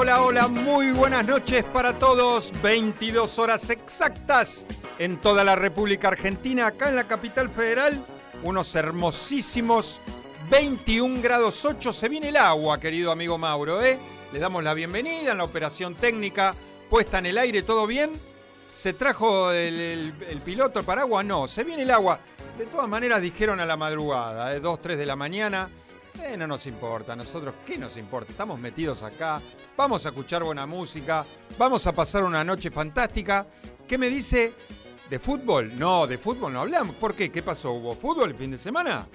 Hola, hola, muy buenas noches para todos. 22 horas exactas en toda la República Argentina, acá en la capital federal, unos hermosísimos 21 grados 8. Se viene el agua, querido amigo Mauro, ¿eh? Le damos la bienvenida en la operación técnica, puesta en el aire, ¿todo bien? ¿Se trajo el piloto, el paraguas? No, se viene el agua. De todas maneras dijeron a la madrugada, 2, 3 de la mañana. No nos importa, nosotros, ¿qué nos importa? Estamos metidos acá, vamos a escuchar buena música, vamos a pasar una noche fantástica. ¿Qué me dice? ¿De fútbol? No, de fútbol no hablamos. ¿Por qué? ¿Qué pasó? ¿Hubo fútbol el fin de semana?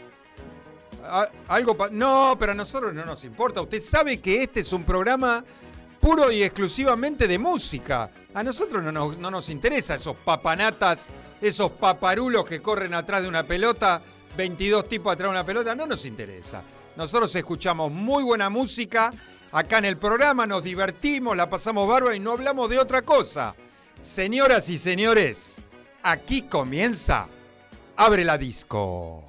No, pero a nosotros no nos importa. Usted sabe que este es un programa puro y exclusivamente de música. A nosotros no nos interesa esos papanatas, esos paparulos que corren atrás de una pelota, 22 tipos atrás de una pelota, no nos interesa. Nosotros escuchamos muy buena música acá en el programa, nos divertimos, la pasamos bárbaro y no hablamos de otra cosa. Señoras y señores, aquí comienza Abre la Disco.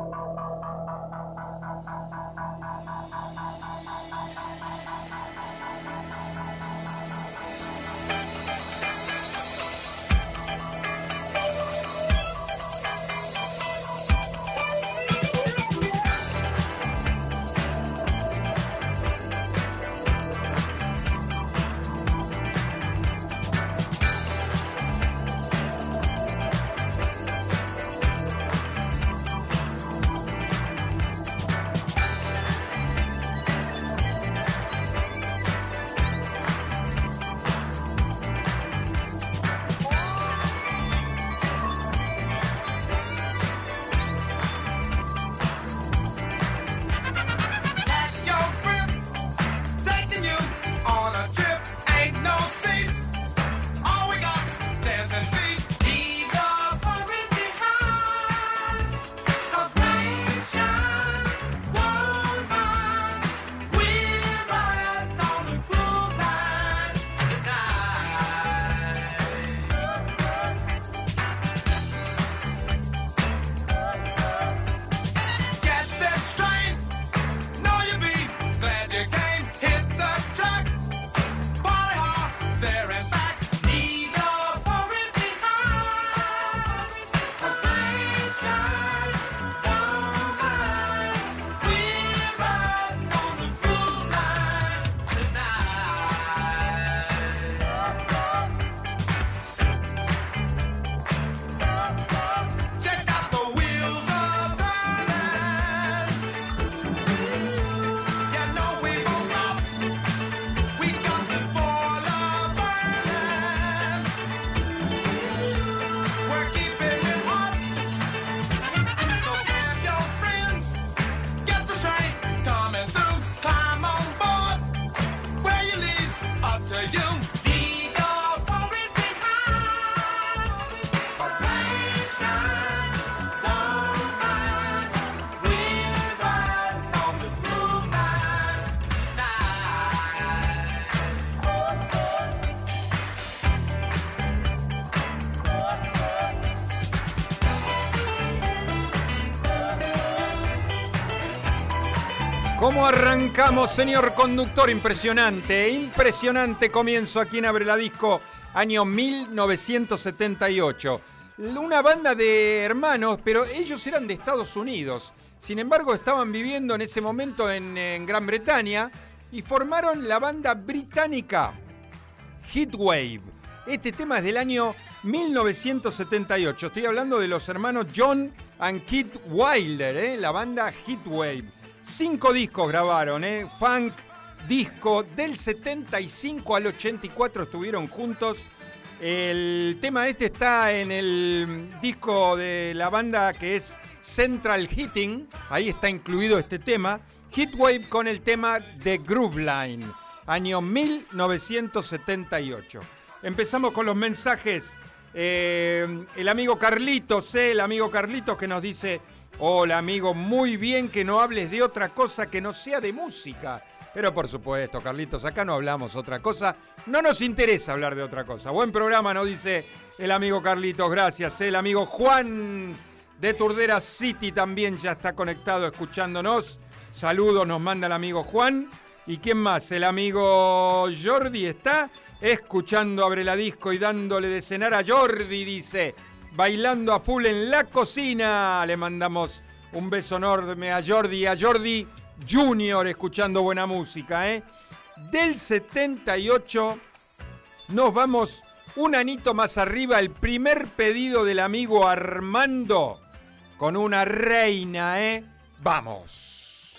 ¿Cómo arrancamos, señor conductor? Impresionante, impresionante comienzo aquí en Abre la Disco, año 1978. Una banda de hermanos, pero ellos eran de Estados Unidos. Sin embargo, estaban viviendo en ese momento en Gran Bretaña y formaron la banda británica Heatwave. Este tema es del año 1978. Estoy hablando de los hermanos John and Keith Wilder, la banda Heatwave. 5 discos grabaron, funk, disco, del 75 al 84 estuvieron juntos. El tema este está en el disco de la banda que es Central Heating, ahí está incluido este tema. Heatwave con el tema The Groove Line, año 1978. Empezamos con los mensajes. El amigo Carlitos, que nos dice: hola amigo, muy bien que no hables de otra cosa que no sea de música. Pero por supuesto, Carlitos, acá no hablamos otra cosa. No nos interesa hablar de otra cosa. Buen programa, nos dice el amigo Carlitos. Gracias. El amigo Juan de Turdera City también ya está conectado escuchándonos. Saludos nos manda el amigo Juan. ¿Y quién más? El amigo Jordi está escuchando Abre la Disco y dándole de cenar a Jordi, dice, bailando a full en la cocina. Le mandamos un beso enorme a Jordi Junior, escuchando buena música, ¿eh? Del 78 nos vamos un anito más arriba, el primer pedido del amigo Armando con una reina, ¿eh? ¡Vamos!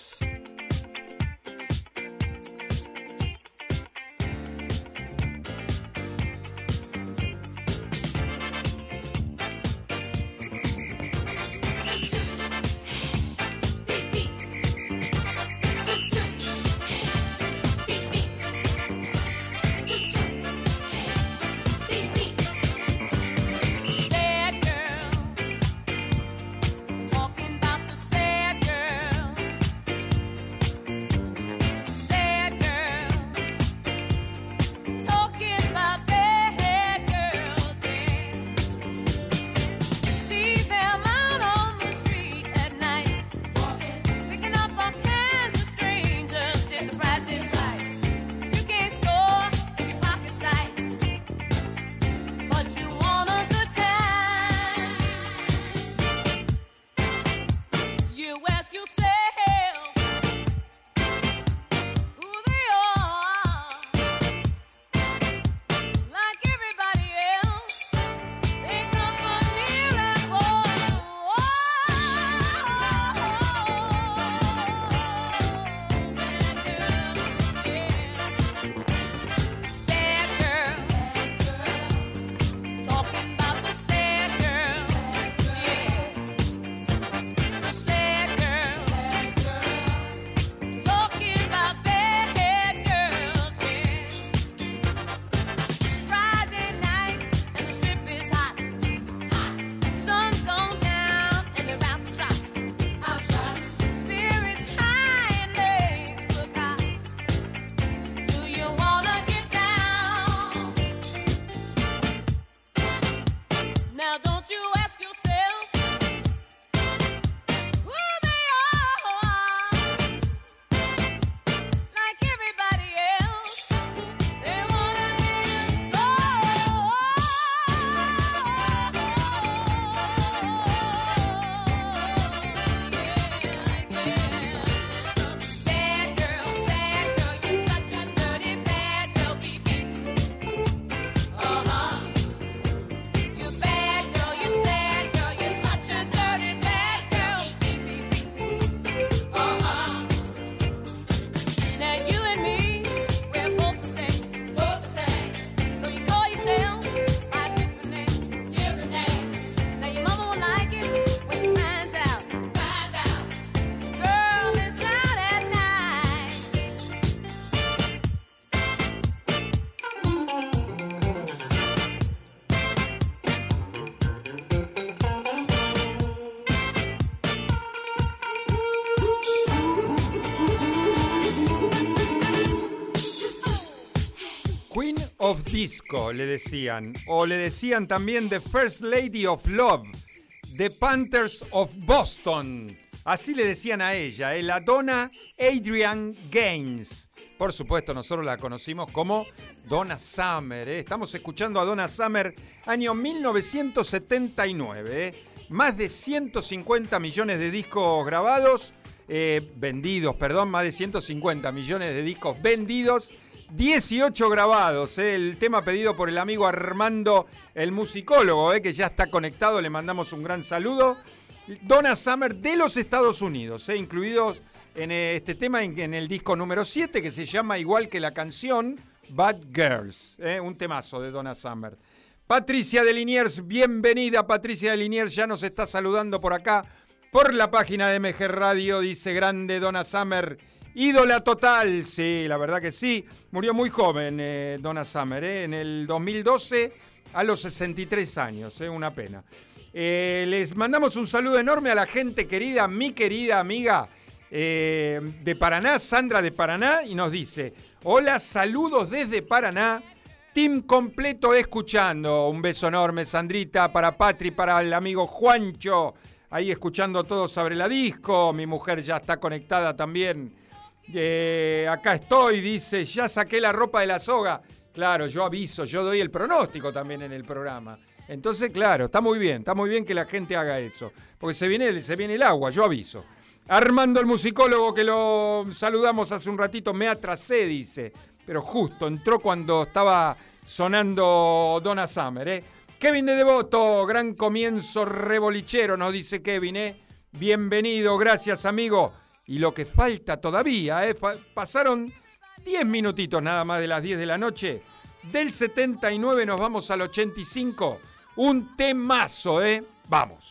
of Disco, le decían. O le decían también The First Lady of Love, The Panthers of Boston. Así le decían a ella, la Donna Adrienne Gaines. Por supuesto, nosotros la conocimos como Donna Summer. Estamos escuchando a Donna Summer, año 1979. Más de 150 millones de discos grabados, vendidos, perdón, más de 150 millones de discos vendidos, 18 grabados. El tema pedido por el amigo Armando, el musicólogo, que ya está conectado, le mandamos un gran saludo. Donna Summer de los Estados Unidos, incluidos en este tema en el disco número 7, que se llama igual que la canción, Bad Girls, un temazo de Donna Summer. Patricia de Liniers, bienvenida. Patricia de Liniers ya nos está saludando por acá, por la página de MG Radio. Dice: grande Donna Summer, ídola total. Sí, la verdad que sí. Murió muy joven Donna Summer, en el 2012 a los 63 años, una pena. Les mandamos un saludo enorme a la gente querida, mi querida amiga de Paraná, Sandra de Paraná, y nos dice: hola, saludos desde Paraná, team completo escuchando. Un beso enorme, Sandrita, para Patri, para el amigo Juancho, ahí escuchando todos Abre la Disco. Mi mujer ya está conectada también Acá estoy, dice, ya saqué la ropa de la soga. Claro, yo aviso, yo doy el pronóstico también en el programa. Entonces, claro, está muy bien que la gente haga eso. Porque se viene el agua, yo aviso. Armando el musicólogo, que lo saludamos hace un ratito, me atrasé, dice. Pero justo, entró cuando estaba sonando Donna Summer, ¿eh? Kevin de Devoto, gran comienzo rebolichero, nos dice Kevin, ¿eh? Bienvenido, gracias, amigo. Y lo que falta todavía, pasaron 10 minutitos nada más de las 10 de la noche. Del 79 nos vamos al 85. Un temazo, Vamos.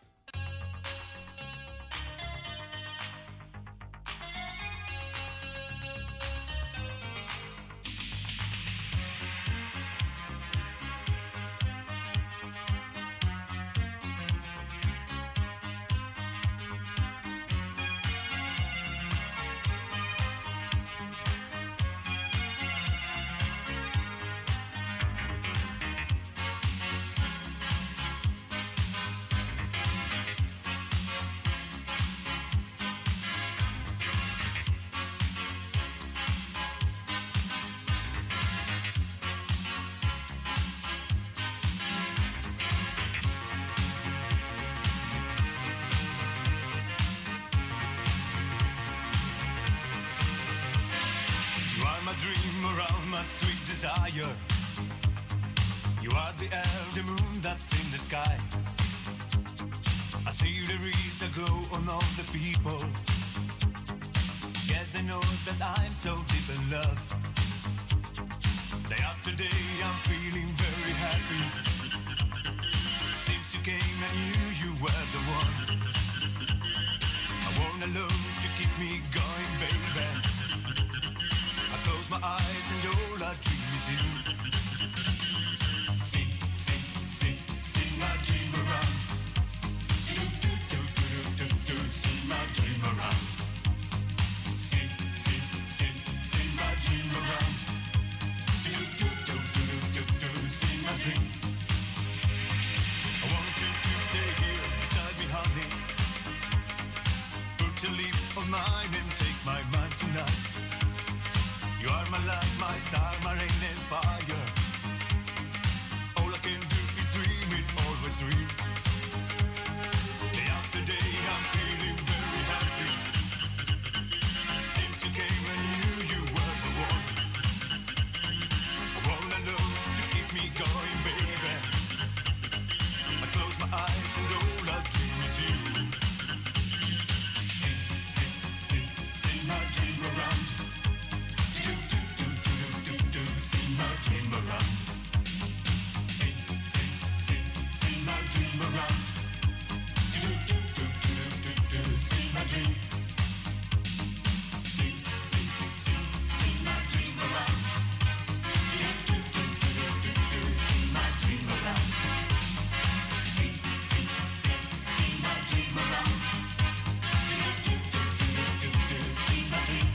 You are the elder moon that's in the sky. I see there is a glow on all the people. Yes, I know that I'm so deep in love. Day after day I'm feeling very happy. Since you came I knew you were the one. I want a love to keep me going, baby. I close my eyes and all I dream is you. See my dream around. Do, see my dream around. See my dream around. Do, see my dream. I want you to stay here beside me, honey. Put your lips on mine and take my mind tonight. You are my light, my star, my rain and fire. All I can do is dream it, always dream. Day after day I'm feeling very happy. Since you came I knew you were the one. I wanna know to keep me going, baby. I close my eyes and all I dream is you. See my dream around. See my dream around. See my dream around. See my dream. See my dream around. See my dream around. See my dream around. See my dream.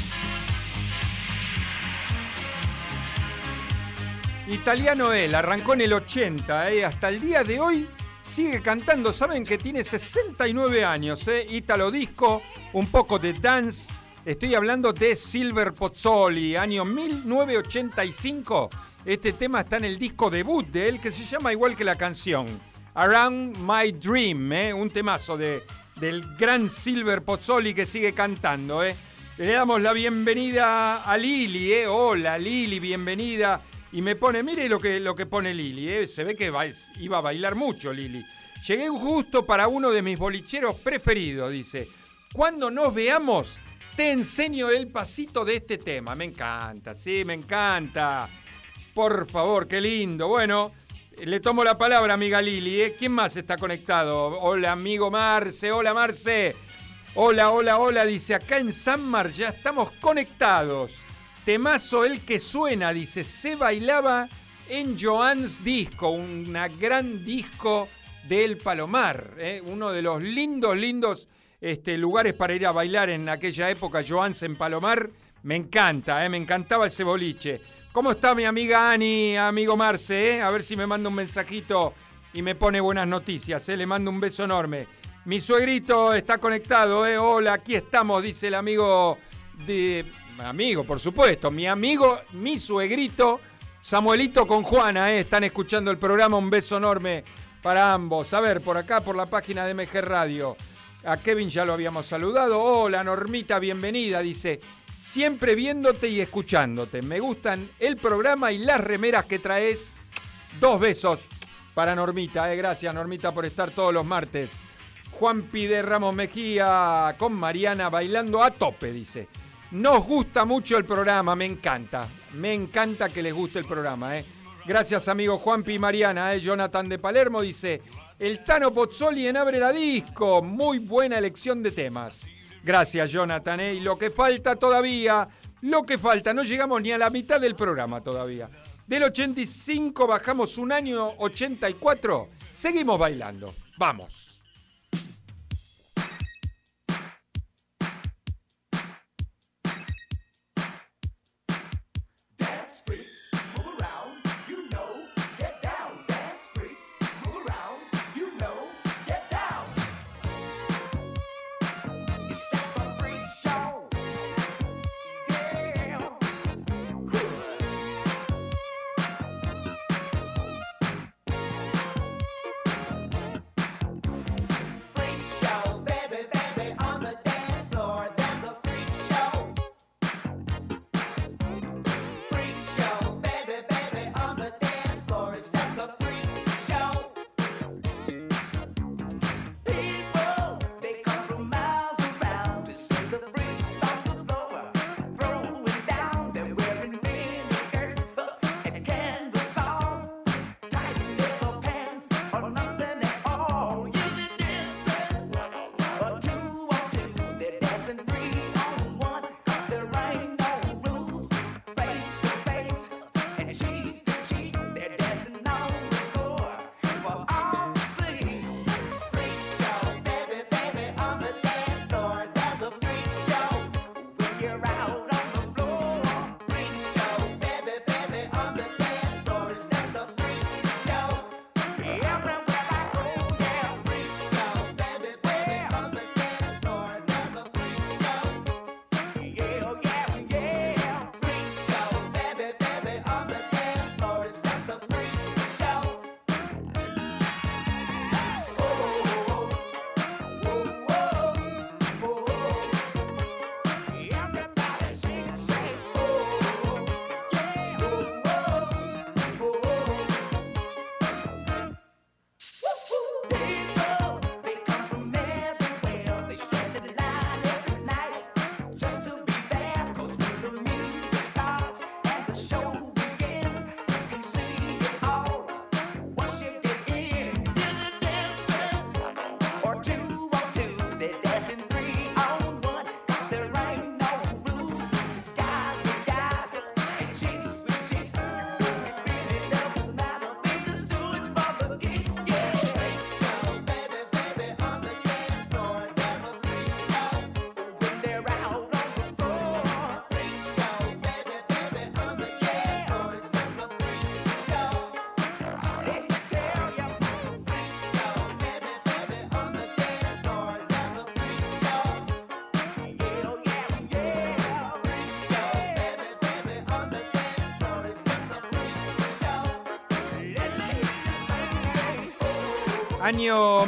Italiano él, arrancó en el 80, hasta el día de hoy sigue cantando. Saben que tiene 69 años, Italo disco, un poco de dance. Estoy hablando de Silver Pozzoli, año 1985. Este tema está en el disco debut de él, que se llama igual que la canción, Around My Dream, un temazo del gran Silver Pozzoli que sigue cantando. Le damos la bienvenida a Lili, Hola Lili, bienvenida. Y me pone, mire lo que pone Lili, se ve que iba a bailar mucho Lili. Llegué justo para uno de mis bolicheros preferidos, dice. Cuando nos veamos, te enseño el pasito de este tema. Me encanta, sí, me encanta. Por favor, qué lindo. Bueno, le tomo la palabra, amiga Lili. ¿Quién más está conectado? Hola, amigo Marce. Hola, Marce. Hola, dice. Acá en Sanmar ya estamos conectados. Temazo el que suena, dice, se bailaba en Joan's Disco, una gran disco del Palomar, uno de los lindos lugares para ir a bailar en aquella época, Joan's en Palomar. Me encanta, me encantaba ese boliche. ¿Cómo está mi amiga Ani, amigo Marce? A ver si me manda un mensajito y me pone buenas noticias, le mando un beso enorme. Mi suegrito está conectado, hola, aquí estamos, dice el amigo amigo, por supuesto, mi amigo, mi suegrito, Samuelito con Juana, están escuchando el programa, un beso enorme para ambos. A ver, por acá, por la página de MG Radio, a Kevin ya lo habíamos saludado. Hola, Normita, bienvenida, dice, siempre viéndote y escuchándote, me gustan el programa y las remeras que traes. 2 besos para Normita, gracias Normita por estar todos los martes. Juanpi de Ramos Mejía con Mariana bailando a tope, dice. Nos gusta mucho el programa, me encanta que les guste el programa. Gracias amigo Juanpi y Mariana. Jonathan de Palermo dice, el Tano Pozzoli en Abre la Disco, muy buena elección de temas. Gracias Jonathan, y lo que falta todavía, no llegamos ni a la mitad del programa todavía. Del 85 bajamos un año 84, seguimos bailando, vamos. Año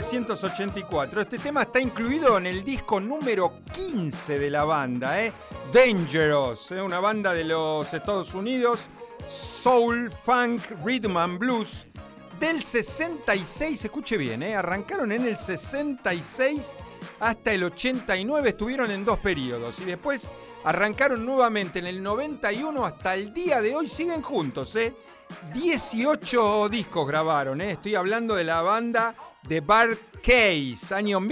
1984. Este tema está incluido en el disco número 15 de la banda, Dangerous, una banda de los Estados Unidos, soul, funk, rhythm and blues, del 66, escuche bien, arrancaron en el 66 hasta el 89, estuvieron en 2 periodos y después arrancaron nuevamente en el 91 hasta el día de hoy, siguen juntos, 18 discos grabaron, estoy hablando de la banda de Bar Case, año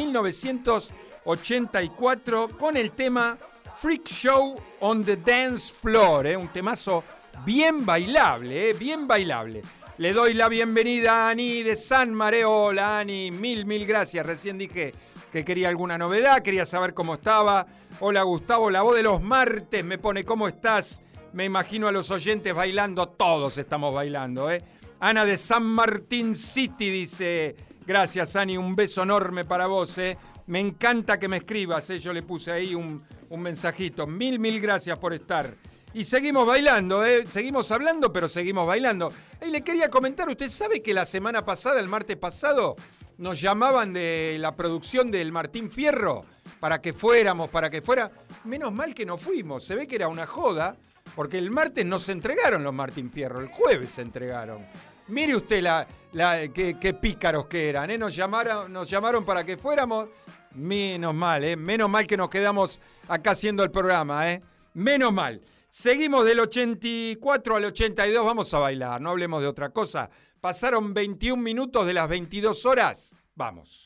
1984, con el tema Freak Show on the Dance Floor, un temazo bien bailable, bien bailable. Le doy la bienvenida a Ani de San Mareo. Hola Ani, mil gracias, recién dije que quería alguna novedad, quería saber cómo estaba. Hola Gustavo, la voz de los martes me pone ¿cómo estás? Me imagino a los oyentes bailando, todos estamos bailando, Ana de San Martín City dice, gracias Ani, un beso enorme para vos, Me encanta que me escribas, yo le puse ahí un mensajito. Mil gracias por estar. Y seguimos bailando, seguimos hablando, pero seguimos bailando. Y le quería comentar, ¿usted sabe que la semana pasada, el martes pasado, nos llamaban de la producción del Martín Fierro para que fuera? Menos mal que no fuimos, se ve que era una joda, porque el martes no se entregaron los Martín Fierro, el jueves se entregaron. Mire usted qué pícaros que eran, nos llamaron para que fuéramos. Menos mal que nos quedamos acá haciendo el programa, menos mal. Seguimos del 84 al 82, vamos a bailar, no hablemos de otra cosa. Pasaron 21 minutos de las 22 horas, vamos.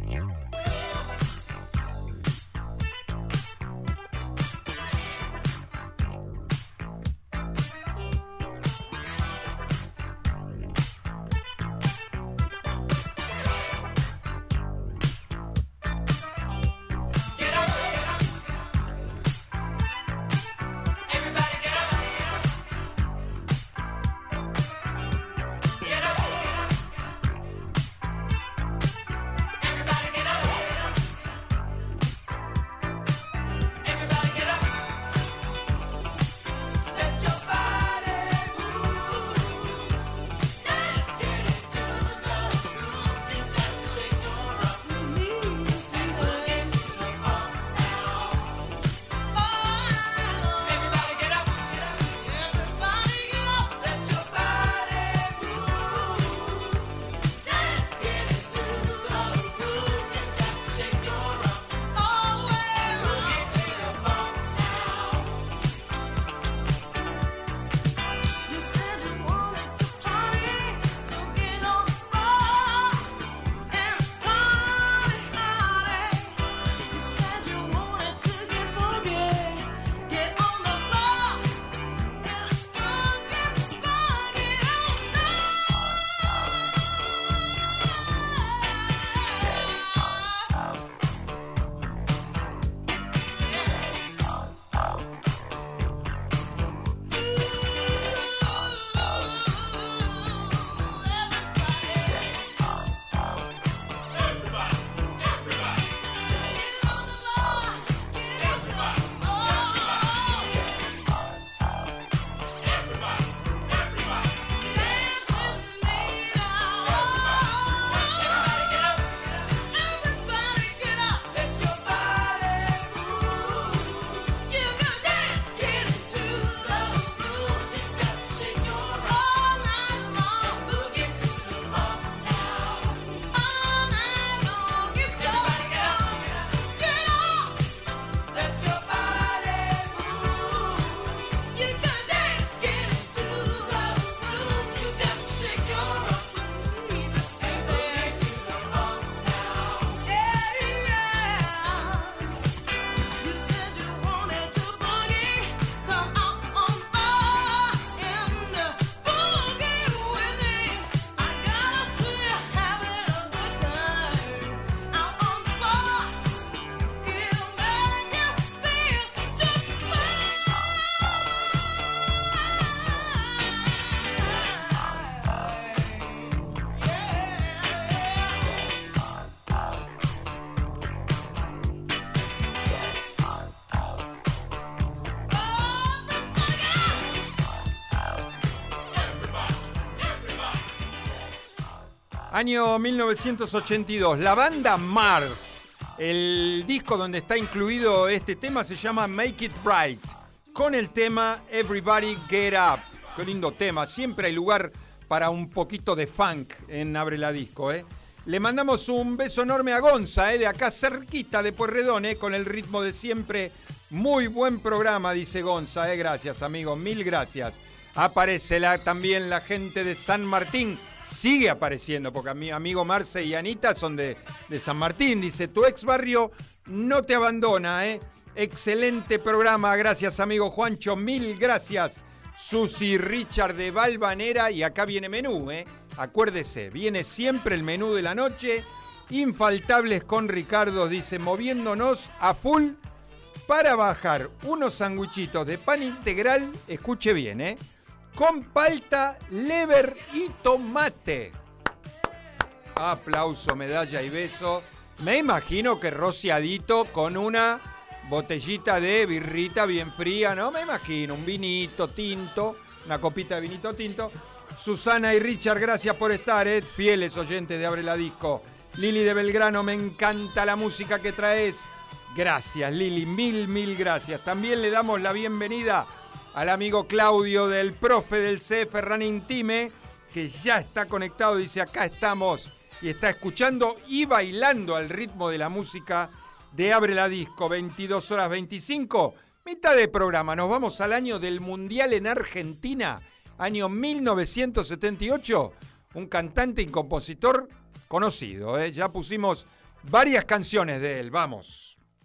Año 1982, la banda Mars. El disco donde está incluido este tema se llama Make It Right, con el tema Everybody Get Up. Qué lindo tema, siempre hay lugar para un poquito de funk en Abre la Disco. Le mandamos un beso enorme a Gonza, de acá cerquita de Pueyrredón, con el ritmo de siempre. Muy buen programa, dice Gonza, gracias amigo, mil gracias. Aparece también la gente de San Martín. Sigue apareciendo, porque a mi amigo Marce y Anita son de San Martín. Dice, tu ex barrio no te abandona, Excelente programa, gracias amigo Juancho, mil gracias. Susi Richard de Valvanera, y acá viene menú, Acuérdese, viene siempre el menú de la noche. Infaltables con Ricardo, dice, moviéndonos a full para bajar unos sanguchitos de pan integral, escuche bien, con palta, lever y tomate. Aplauso, medalla y beso. Me imagino que rociadito con una botellita de birrita bien fría, ¿no? Me imagino, un vinito tinto, una copita de vinito tinto. Susana y Richard, gracias por estar, fieles oyentes de Abre la Disco. Lili de Belgrano, me encanta la música que traes. Gracias, Lili, mil gracias. También le damos la bienvenida al amigo Claudio del profe del CF Running Team, que ya está conectado, dice acá estamos, y está escuchando y bailando al ritmo de la música de Abre la Disco, 22 horas 25, mitad de programa. Nos vamos al año del Mundial en Argentina, año 1978, un cantante y compositor conocido, ya pusimos varias canciones de él, vamos.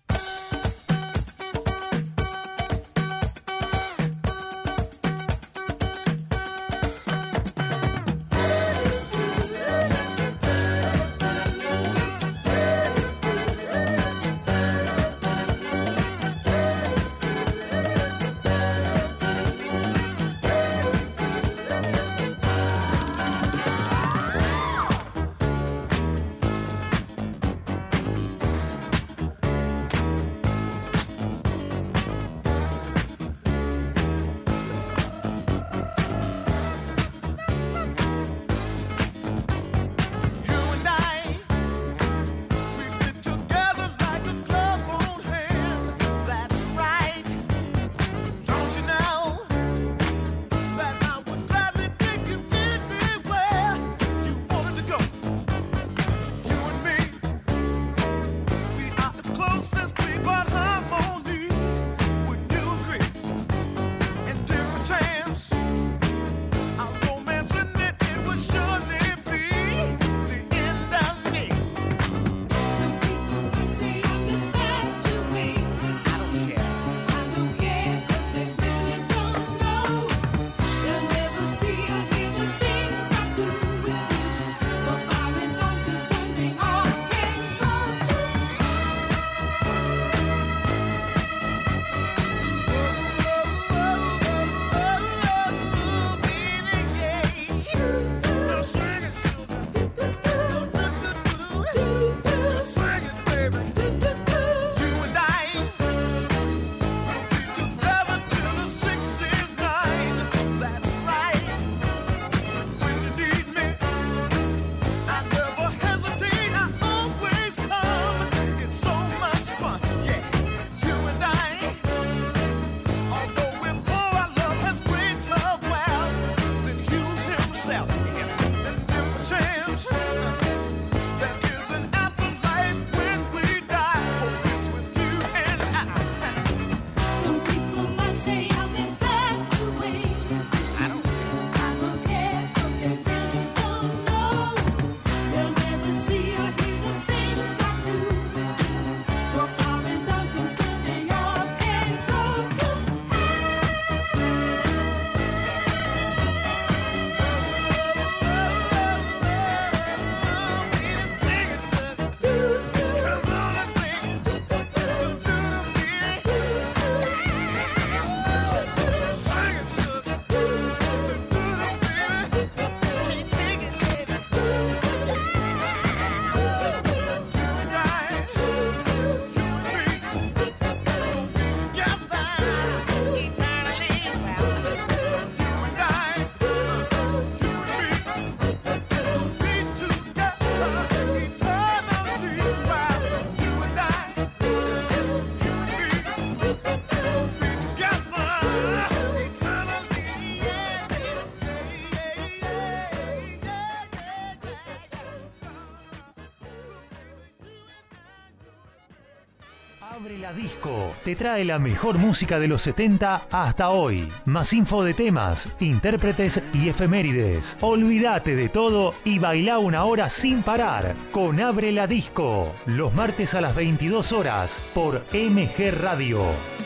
Abre la Disco te trae la mejor música de los 70 hasta hoy. Más info de temas, intérpretes y efemérides. Olvídate de todo y bailá una hora sin parar con Abre la Disco. Los martes a las 22 horas por MG Radio.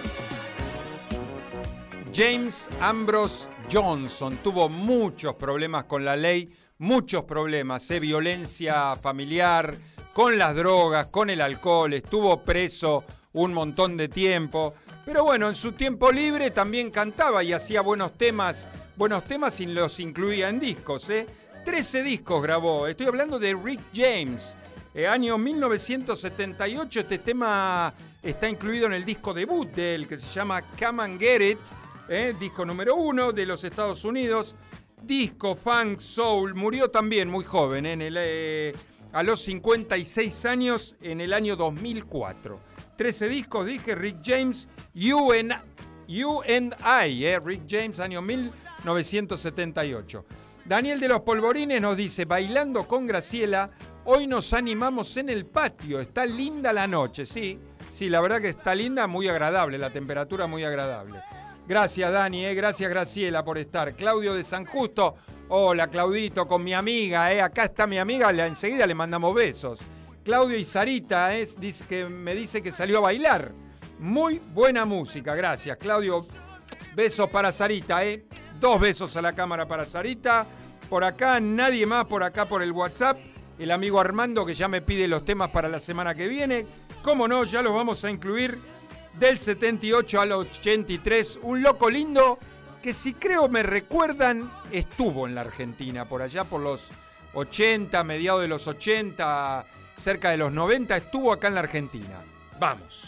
James Ambrose Johnson tuvo muchos problemas con la ley, muchos problemas, violencia familiar, con las drogas, con el alcohol, estuvo preso un montón de tiempo, pero bueno, en su tiempo libre también cantaba y hacía buenos temas y los incluía en discos, 13 discos grabó, estoy hablando de Rick James, Año 1978, este tema está incluido en el disco debut de él, que se llama Come and Get It, disco número 1 de los Estados Unidos, disco funk soul. Murió también muy joven, a los 56 años, en el año 2004. 13 discos, dije, Rick James, You and I, Rick James, año 1978. Daniel de los Polvorines nos dice, bailando con Graciela, hoy nos animamos en el patio, está linda la noche, sí, la verdad que está linda, muy agradable, la temperatura muy agradable. Gracias Dani, gracias Graciela por estar. Claudio de San Justo, hola Claudito, con mi amiga, acá está mi amiga, enseguida le mandamos besos. Claudio y Sarita, me dice que salió a bailar. Muy buena música, gracias Claudio. Besos para Sarita, 2 besos a la cámara para Sarita. Por acá, nadie más, por acá por el WhatsApp. El amigo Armando que ya me pide los temas para la semana que viene. Cómo no, ya los vamos a incluir del 78 al 83. Un loco lindo que, si creo me recuerdan, estuvo en la Argentina. Por allá por los 80, mediados de los 80, cerca de los 90, estuvo acá en la Argentina. Vamos.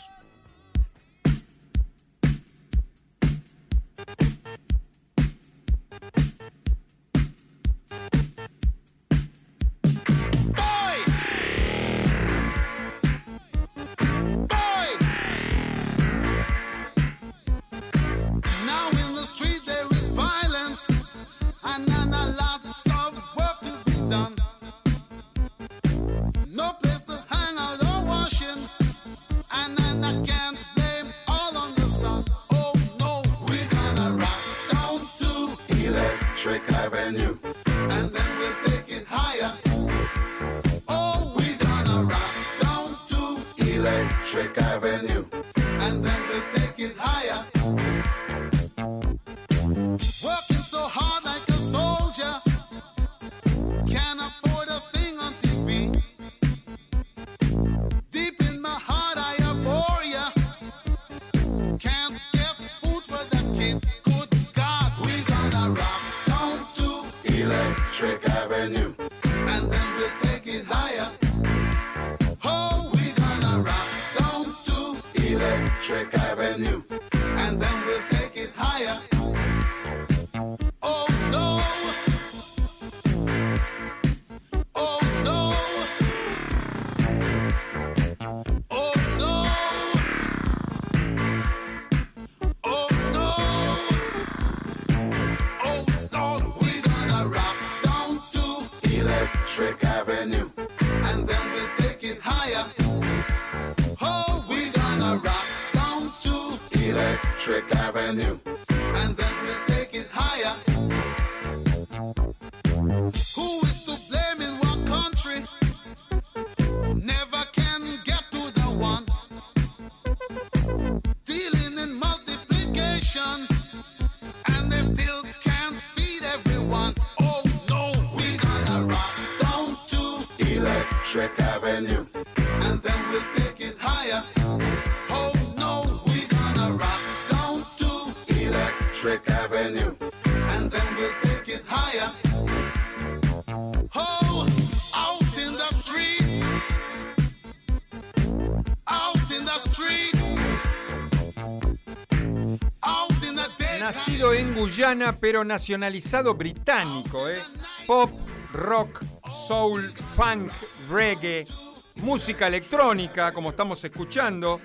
Nacido en Guyana, pero nacionalizado británico, Pop, rock, soul, funk, reggae, música electrónica, como estamos escuchando.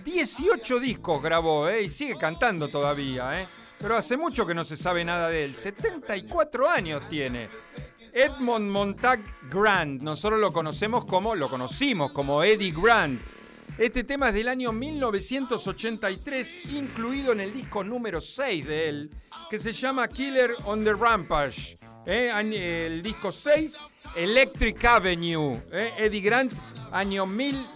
18 discos grabó, y sigue cantando todavía, pero hace mucho que no se sabe nada de él. 74 años tiene. Edmond Montag Grant, nosotros lo conocimos como Eddie Grant. Este tema es del año 1983, incluido en el disco número 6 de él, que se llama Killer on the Rampage. El disco 6, Electric Avenue. Eddie Grant, año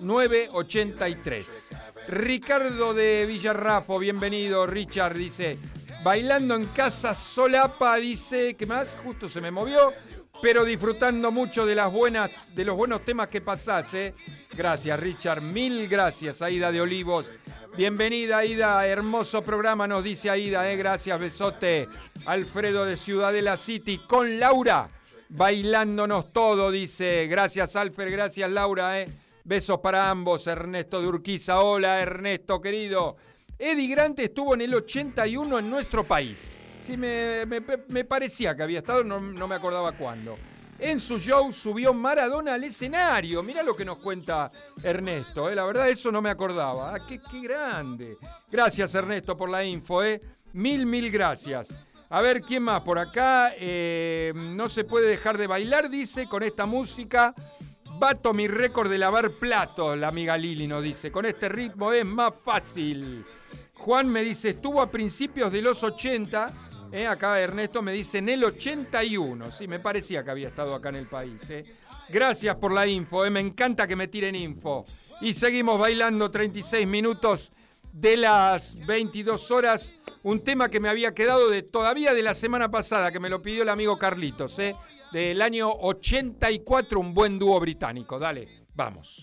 1983. Ricardo de Villarrafo, bienvenido. Richard dice, bailando en casa solapa, dice, ¿qué más? Justo se me movió. Pero disfrutando mucho de los buenos temas que pasás, Gracias, Richard. Mil gracias, Aida de Olivos. Bienvenida, Aida. Hermoso programa, nos dice Aida, Gracias, besote. Alfredo de Ciudadela City con Laura. bailándonos todo, dice. Gracias, Alfer, gracias, Laura, Besos para ambos, Ernesto de Urquiza. Hola, Ernesto, querido. Eddie Grant estuvo en el 81 en nuestro país. Sí, me parecía que había estado, no me acordaba cuándo. En su show subió Maradona al escenario. Mirá lo que nos cuenta Ernesto, La verdad, eso no me acordaba. ¡Qué grande! Gracias, Ernesto, por la info, Mil gracias. A ver, ¿quién más por acá? No se puede dejar de bailar, dice, con esta música. Bato mi récord de lavar platos, la amiga Lili nos dice. Con este ritmo es más fácil. Juan me dice, estuvo a principios de los 80. Acá Ernesto me dice, en el 81. Sí, me parecía que había estado acá en el país. Gracias por la info, me encanta que me tiren info. Y seguimos bailando 36 minutos de las 22 horas. Un tema que me había quedado todavía de la semana pasada, que me lo pidió el amigo Carlitos, del año 84, un buen dúo británico. Dale, vamos.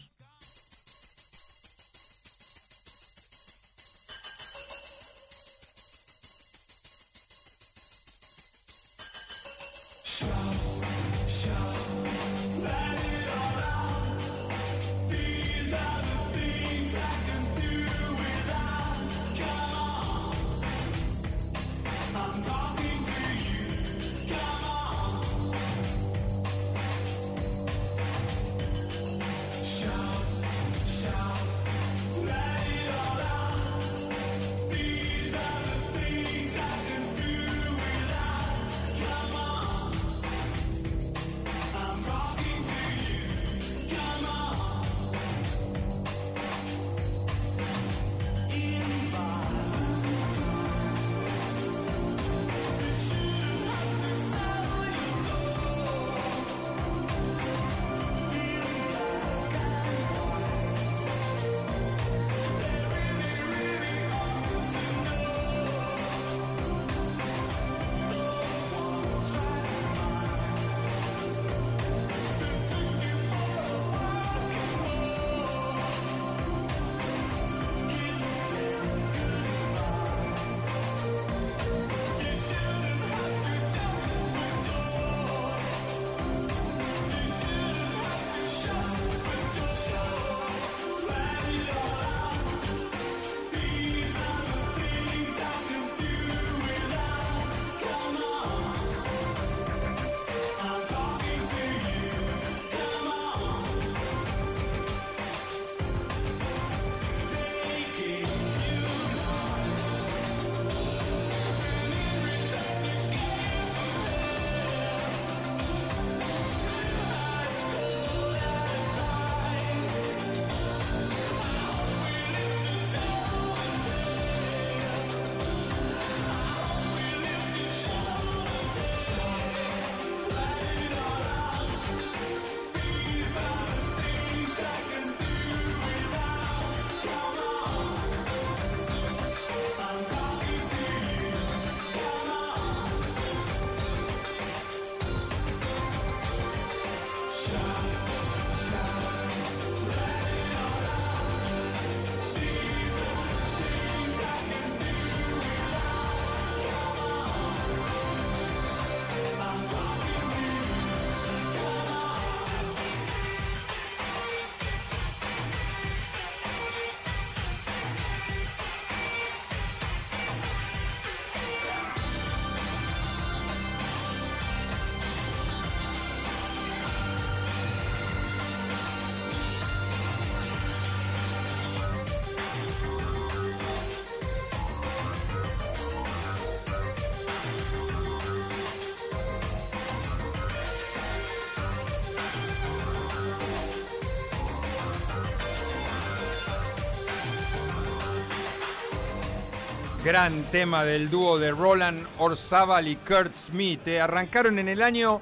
Gran tema del dúo de Roland Orzabal y Kurt Smith. Arrancaron en el año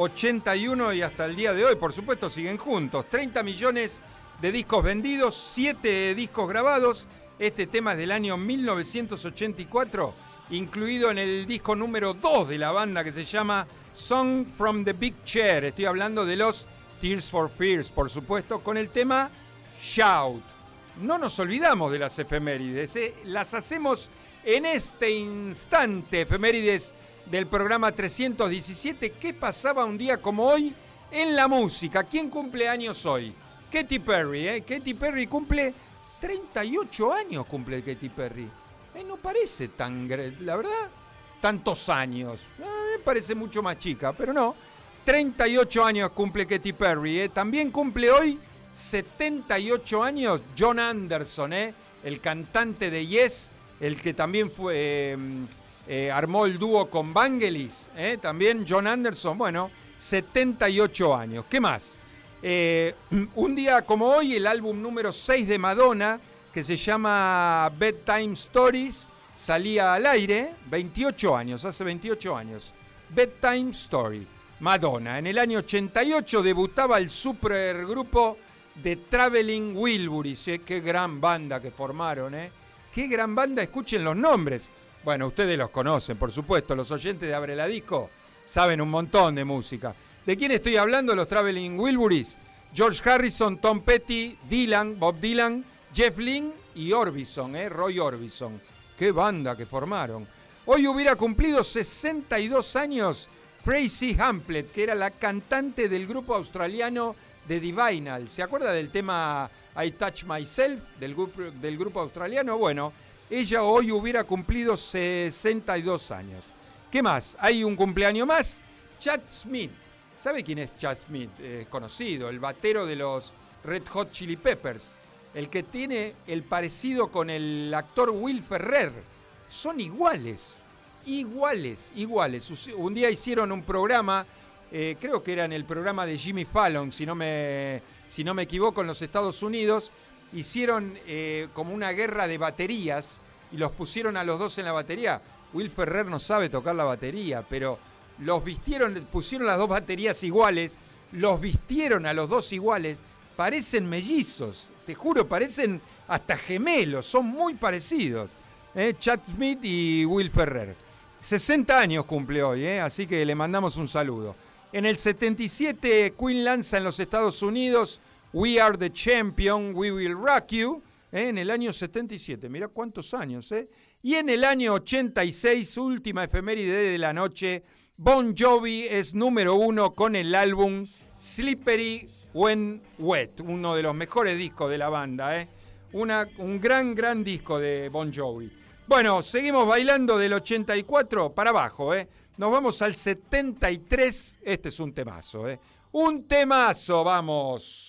81 y hasta el día de hoy, por supuesto, siguen juntos. 30 millones de discos vendidos, 7 discos grabados. Este tema es del año 1984, incluido en el disco número 2 de la banda, que se llama Song from the Big Chair. Estoy hablando de los Tears for Fears, por supuesto, con el tema Shout. No nos olvidamos de las efemérides, las hacemos en este instante, efemérides del programa 317. ¿Qué pasaba un día como hoy en la música? ¿Quién cumple años hoy? Katy Perry, ¿eh? Katy Perry cumple 38 años, cumple Katy Perry. No parece tan, la verdad, tantos años. Me parece mucho más chica, pero no. 38 años cumple Katy Perry, ¿eh? También cumple hoy 78 años John Anderson, el cantante de Yes, el que también fue armó el dúo con Vangelis, también John Anderson, bueno, 78 años. ¿Qué más? Un día como hoy, el álbum número 6 de Madonna, que se llama Bedtime Stories, salía al aire, 28 años, hace 28 años. Bedtime Story, Madonna. En el año 88 debutaba el supergrupo de Traveling Wilburys, qué gran banda que formaron, qué gran banda, escuchen los nombres. Bueno, ustedes los conocen, por supuesto, los oyentes de Abre la Disco saben un montón de música. ¿De quién estoy hablando? Los Traveling Wilburys. George Harrison, Tom Petty, Dylan, Bob Dylan, Jeff Lynne y Orbison, Roy Orbison. Qué banda que formaron. Hoy hubiera cumplido 62 años Tracy Hamlet, que era la cantante del grupo australiano de Divinyl. ¿Se acuerda del tema I Touch Myself del grupo australiano? Bueno, ella hoy hubiera cumplido 62 años. ¿Qué más? Hay un cumpleaños más. Chad Smith. ¿Sabe quién es Chad Smith? Conocido, el batero de los Red Hot Chili Peppers. El que tiene el parecido con el actor Will Ferrer. Son iguales. Iguales. Un día hicieron un programa, creo que era en el programa de Jimmy Fallon, si no me equivoco, en los Estados Unidos. Hicieron como una guerra de baterías y los pusieron a los dos en la batería. Will Ferrer no sabe tocar la batería, pero los vistieron, pusieron las dos baterías iguales, los vistieron a los dos iguales, parecen mellizos, te juro, parecen hasta gemelos, son muy parecidos. Chad Smith y Will Ferrer. 60 años cumple hoy, así que le mandamos un saludo. En el 77, Queen lanza en los Estados Unidos We Are the Champion, We Will Rock You, en el año 77. Mirá cuántos años, Y en el año 86, última efeméride de la noche, Bon Jovi es número 1 con el álbum Slippery When Wet, uno de los mejores discos de la banda, un gran disco de Bon Jovi. Bueno, seguimos bailando del 84 para abajo, Nos vamos al 73, este es un temazo, Un temazo, vamos.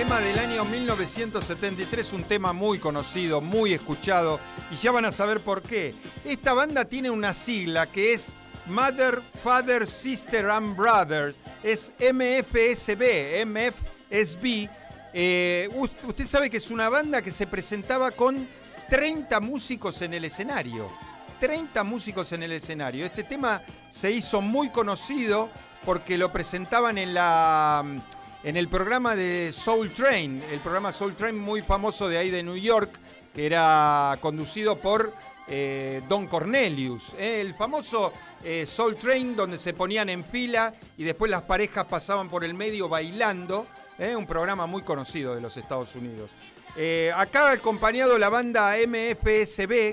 tema del año 1973, un tema muy conocido, muy escuchado, y ya van a saber por qué. Esta banda tiene una sigla que es Mother, Father, Sister and Brother, es MFSB, MFSB. Usted sabe que es una banda que se presentaba con 30 músicos en el escenario. 30 músicos en el escenario. Este tema se hizo muy conocido porque lo presentaban en el programa de Soul Train, el programa Soul Train muy famoso de ahí de New York, que era conducido por Don Cornelius, el famoso Soul Train donde se ponían en fila y después las parejas pasaban por el medio bailando, un programa muy conocido de los Estados Unidos. Acá acompañado la banda MFSB,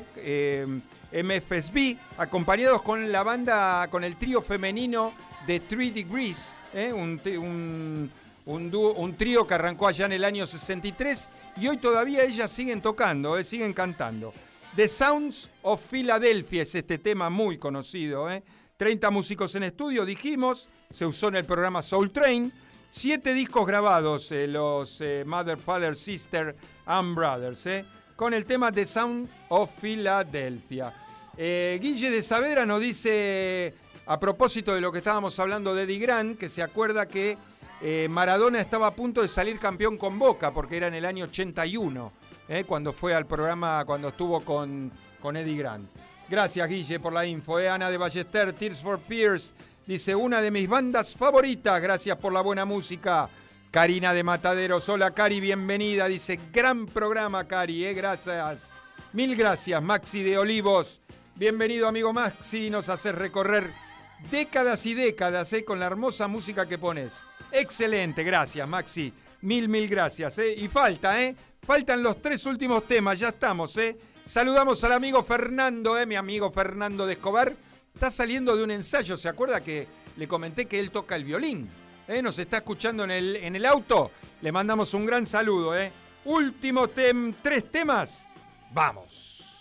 acompañados con la banda, con el trío femenino de 3 Degrees, un trío que arrancó allá en el año 63 y hoy todavía ellas siguen tocando, siguen cantando. The Sounds of Philadelphia es este tema muy conocido. 30 músicos en estudio, dijimos, se usó en el programa Soul Train. 7 discos grabados, los Mother, Father, Sister and Brothers, con el tema The Sound of Philadelphia. Guille de Saavedra nos dice, a propósito de lo que estábamos hablando de Eddie Grant, que se acuerda que Maradona estaba a punto de salir campeón con Boca, porque era en el año 81, cuando fue al programa, cuando estuvo con Eddie Grant. Gracias, Guille, por la info. Ana de Ballester, Tears for Fears, dice, una de mis bandas favoritas, gracias por la buena música. Karina de Mataderos, hola Cari, bienvenida, dice, gran programa Cari, gracias. Mil gracias, Maxi de Olivos. Bienvenido, amigo Maxi, nos haces recorrer décadas y décadas, con la hermosa música que pones. Excelente, gracias, Maxi. Mil gracias, Y faltan los 3 últimos temas, ya estamos, Saludamos al amigo Fernando, mi amigo Fernando de Escobar. Está saliendo de un ensayo, ¿se acuerda que le comenté que él toca el violín? Nos está escuchando en el auto. Le mandamos un gran saludo, Último 3 temas. ¡Vamos!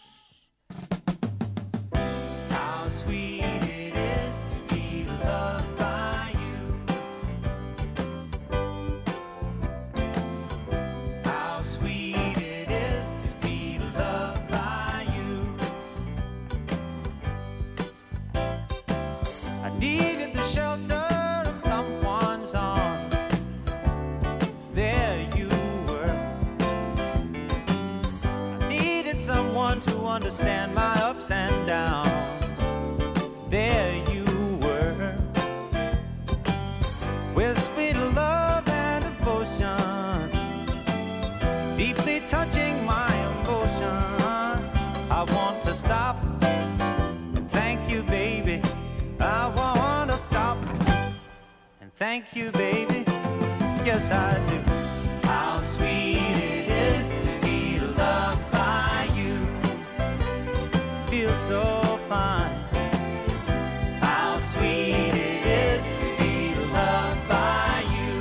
How sweet it is to be loved by you. How sweet it is to be loved by you. I needed the shelter of someone's arms. There you were. I needed someone to understand my ups and downs. There you were, with sweet love and devotion, deeply touching my emotion. I want to stop and thank you, baby. I want to stop and thank you, baby. Yes, I do. How sweet it is to be loved by you. Feels so fine. How sweet it is to be loved by you.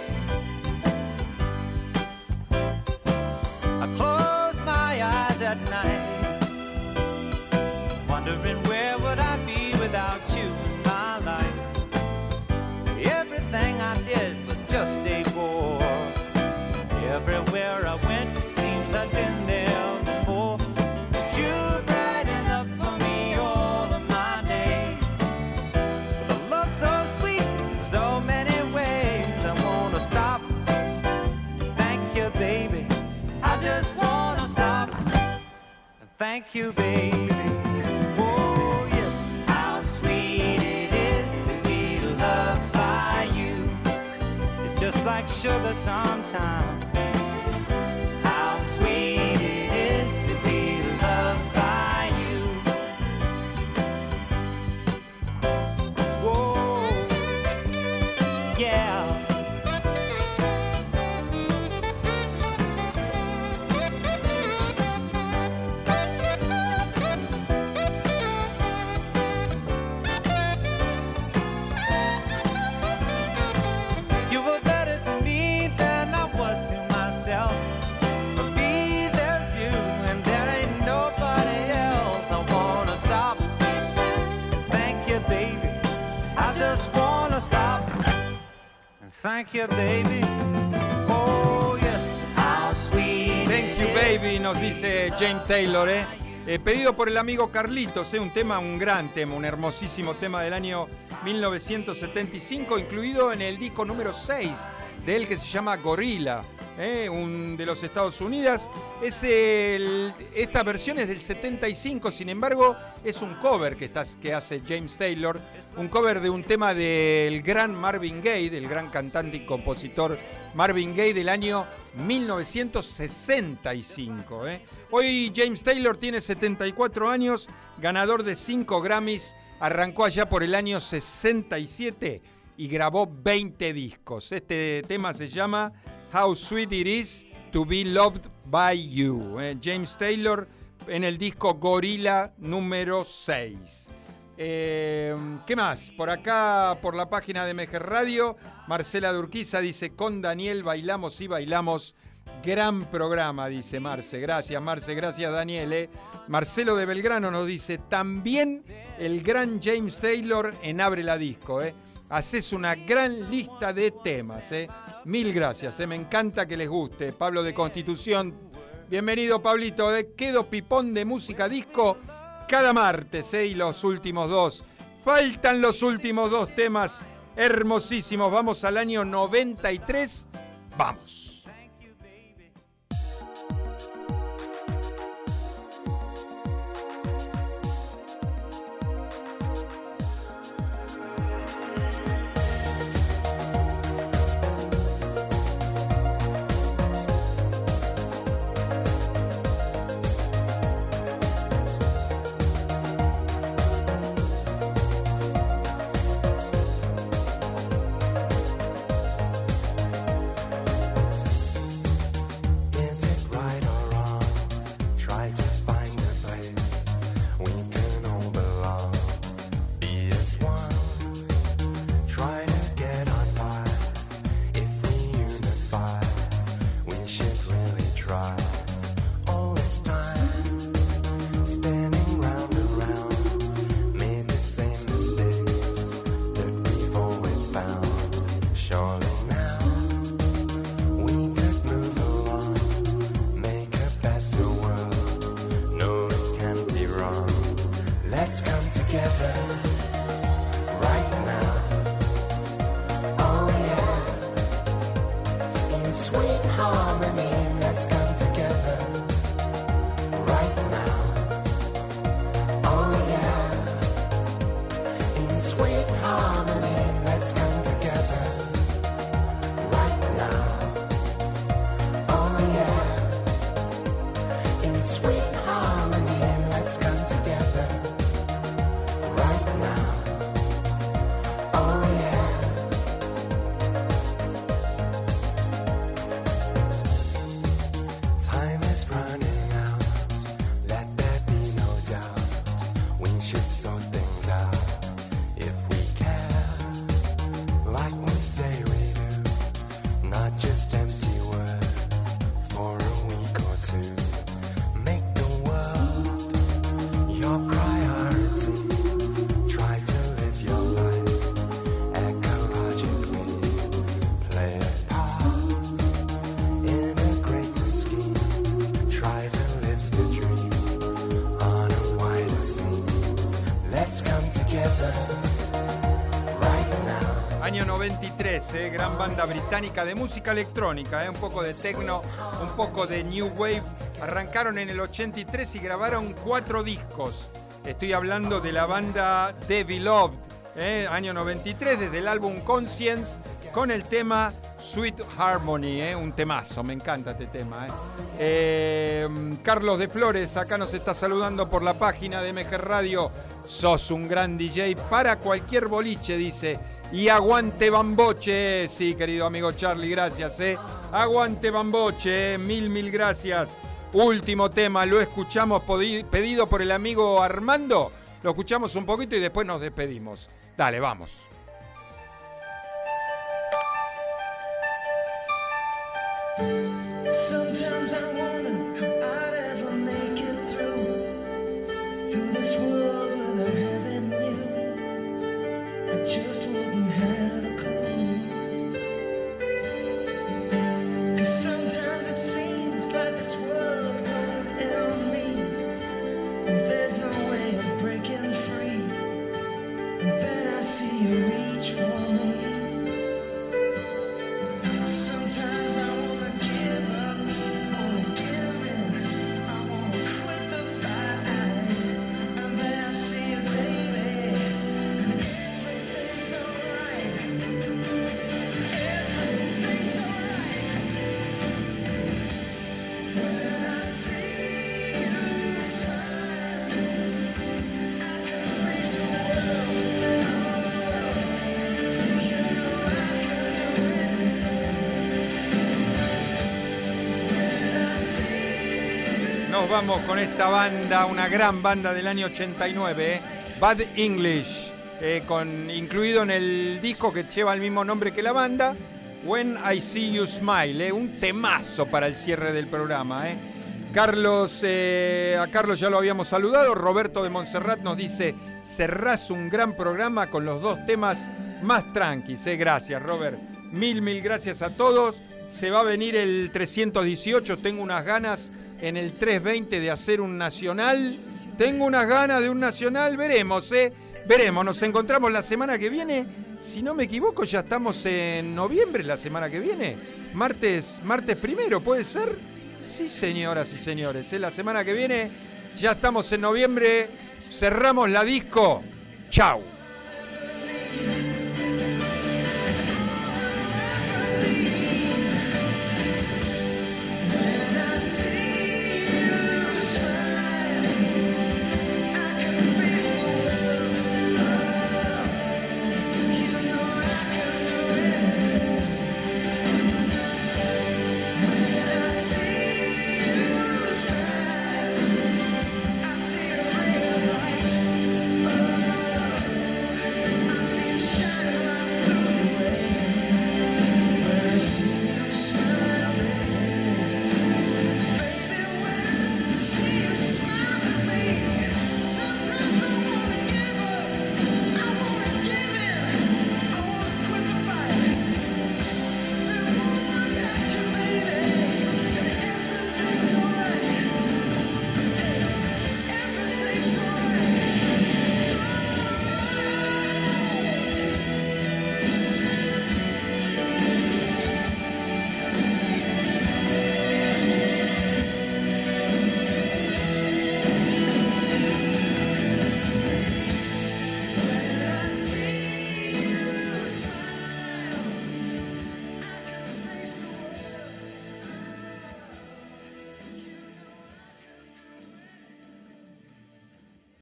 I close my eyes at night, wondering where would I be without you in my life. Everything I did was just a bore. Everywhere I went, it seems I'd been there before. But you're bright enough for me all of my days. With a love so sweet in so many ways. I wanna stop, thank you, baby. I just wanna stop, thank you, baby. Oh yes, how sweet it is to be loved by you. It's just like sugar sometimes. How sweet it is to be loved by you. Whoa, yeah. You were better to me than I was to myself. For me, there's you, and there ain't nobody else. I wanna stop, thank you, baby. I just wanna stop, and thank you, baby. Oh, yeah. Baby, nos dice James Taylor, pedido por el amigo Carlitos, un gran tema, un hermosísimo tema del año 1975, incluido en el disco número 6 de él, que se llama Gorilla, un de los Estados Unidos. Esta versión es del 75, sin embargo, es un cover que hace James Taylor, un cover de un tema del gran Marvin Gaye, del gran cantante y compositor Marvin Gaye del año 1965. Hoy James Taylor tiene 74 años, ganador de 5 Grammys, arrancó allá por el año 67 y grabó 20 discos. Este tema se llama How Sweet It Is to Be Loved by You. James Taylor en el disco Gorilla número 6. ¿Qué más? Por acá, por la página de MG Radio, Marcela de Urquiza dice: con Daniel bailamos y bailamos. Gran programa, dice Marce. Gracias, Marce. Gracias, Daniel. Marcelo de Belgrano nos dice: también el gran James Taylor en Abre la Disco. Haces una gran lista de temas. Mil gracias. Me encanta que les guste. Pablo de Constitución. Bienvenido, Pablito. Quedo pipón de música disco cada martes, y los últimos 2. Faltan los últimos 2 temas hermosísimos. Vamos al año 93. Vamos. Año 93, gran banda británica de música electrónica, un poco de techno, un poco de new wave. Arrancaron en el 83 y grabaron 4 discos. Estoy hablando de la banda The Beloved, año 93, desde el álbum Conscience, con el tema Sweet Harmony, un temazo, me encanta este tema. Carlos de Flores acá nos está saludando por la página de MG Radio. Sos un gran DJ para cualquier boliche, dice. Y aguante Bamboche, sí, querido amigo Charlie, gracias, Aguante Bamboche, mil gracias. Último tema, lo escuchamos pedido por el amigo Armando. Lo escuchamos un poquito y después nos despedimos. Dale, vamos. Sometimes I wonder how I'd ever make it through this world without having you. I just wouldn't have a clue. 'Cause sometimes it seems like this world's Nos vamos con esta banda, una gran banda del año 89, Bad English, incluido en el disco que lleva el mismo nombre que la banda, When I See You Smile, un temazo para el cierre del programa. Carlos, a Carlos ya lo habíamos saludado. Roberto de Montserrat nos dice: cerrás un gran programa con los dos temas más tranquis. Gracias, Robert. Mil gracias a todos. Se va a venir el 318. Tengo unas ganas en el 320 de hacer un nacional. Tengo unas ganas de un nacional. Veremos, veremos. Nos encontramos la semana que viene. Si no me equivoco, ya estamos en noviembre la semana que viene. Martes primero, ¿puede ser? Sí, señoras y señores. La semana que viene ya estamos en noviembre. Cerramos la disco. Chau.